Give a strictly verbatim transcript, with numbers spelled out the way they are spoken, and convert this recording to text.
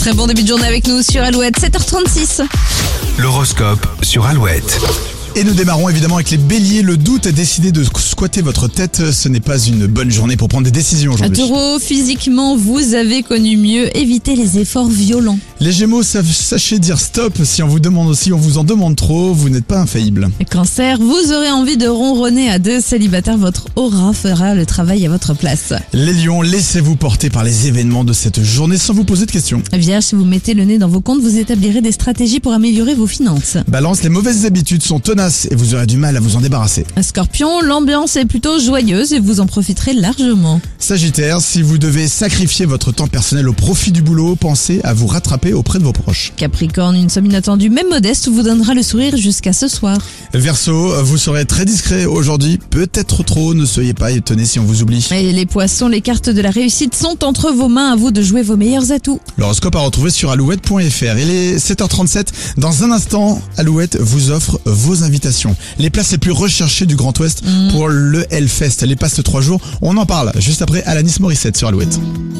Très bon début de journée avec nous sur Alouette, sept heures trente-six. L'horoscope sur Alouette. Et nous démarrons évidemment avec les béliers. Le doute a décidé de squatter votre tête. Ce n'est pas une bonne journée pour prendre des décisions aujourd'hui. Taureau, physiquement, vous avez connu mieux. Évitez les efforts violents. Les gémeaux, sachez dire stop. Si on vous demande aussi, on vous en demande trop, vous n'êtes pas infaillible. Cancer, vous aurez envie de ronronner à deux. Célibataire, votre aura fera le travail à votre place. Les lions, laissez-vous porter par les événements de cette journée sans vous poser de questions. Vierge, si vous mettez le nez dans vos comptes, vous établirez des stratégies pour améliorer vos finances. Balance, les mauvaises habitudes sont tenaces et vous aurez du mal à vous en débarrasser. Scorpion, l'ambiance est plutôt joyeuse et vous en profiterez largement. Sagittaire, si vous devez sacrifier votre temps personnel au profit du boulot, pensez à vous rattraper auprès de vos proches. Capricorne, une somme inattendue même modeste vous donnera le sourire jusqu'à ce soir. Verseau, vous serez très discret aujourd'hui, peut-être trop, ne soyez pas étonnés si on vous oublie. Et les poissons, les cartes de la réussite sont entre vos mains, à vous de jouer vos meilleurs atouts. L'horoscope à retrouver sur alouette point f r. Il est sept heures trente-sept. Dans un instant, Alouette vous offre vos invitations. Les places les plus recherchées du Grand Ouest mmh. pour le Hellfest. Les passes de trois jours. On en parle juste après Alanis Morissette sur Alouette.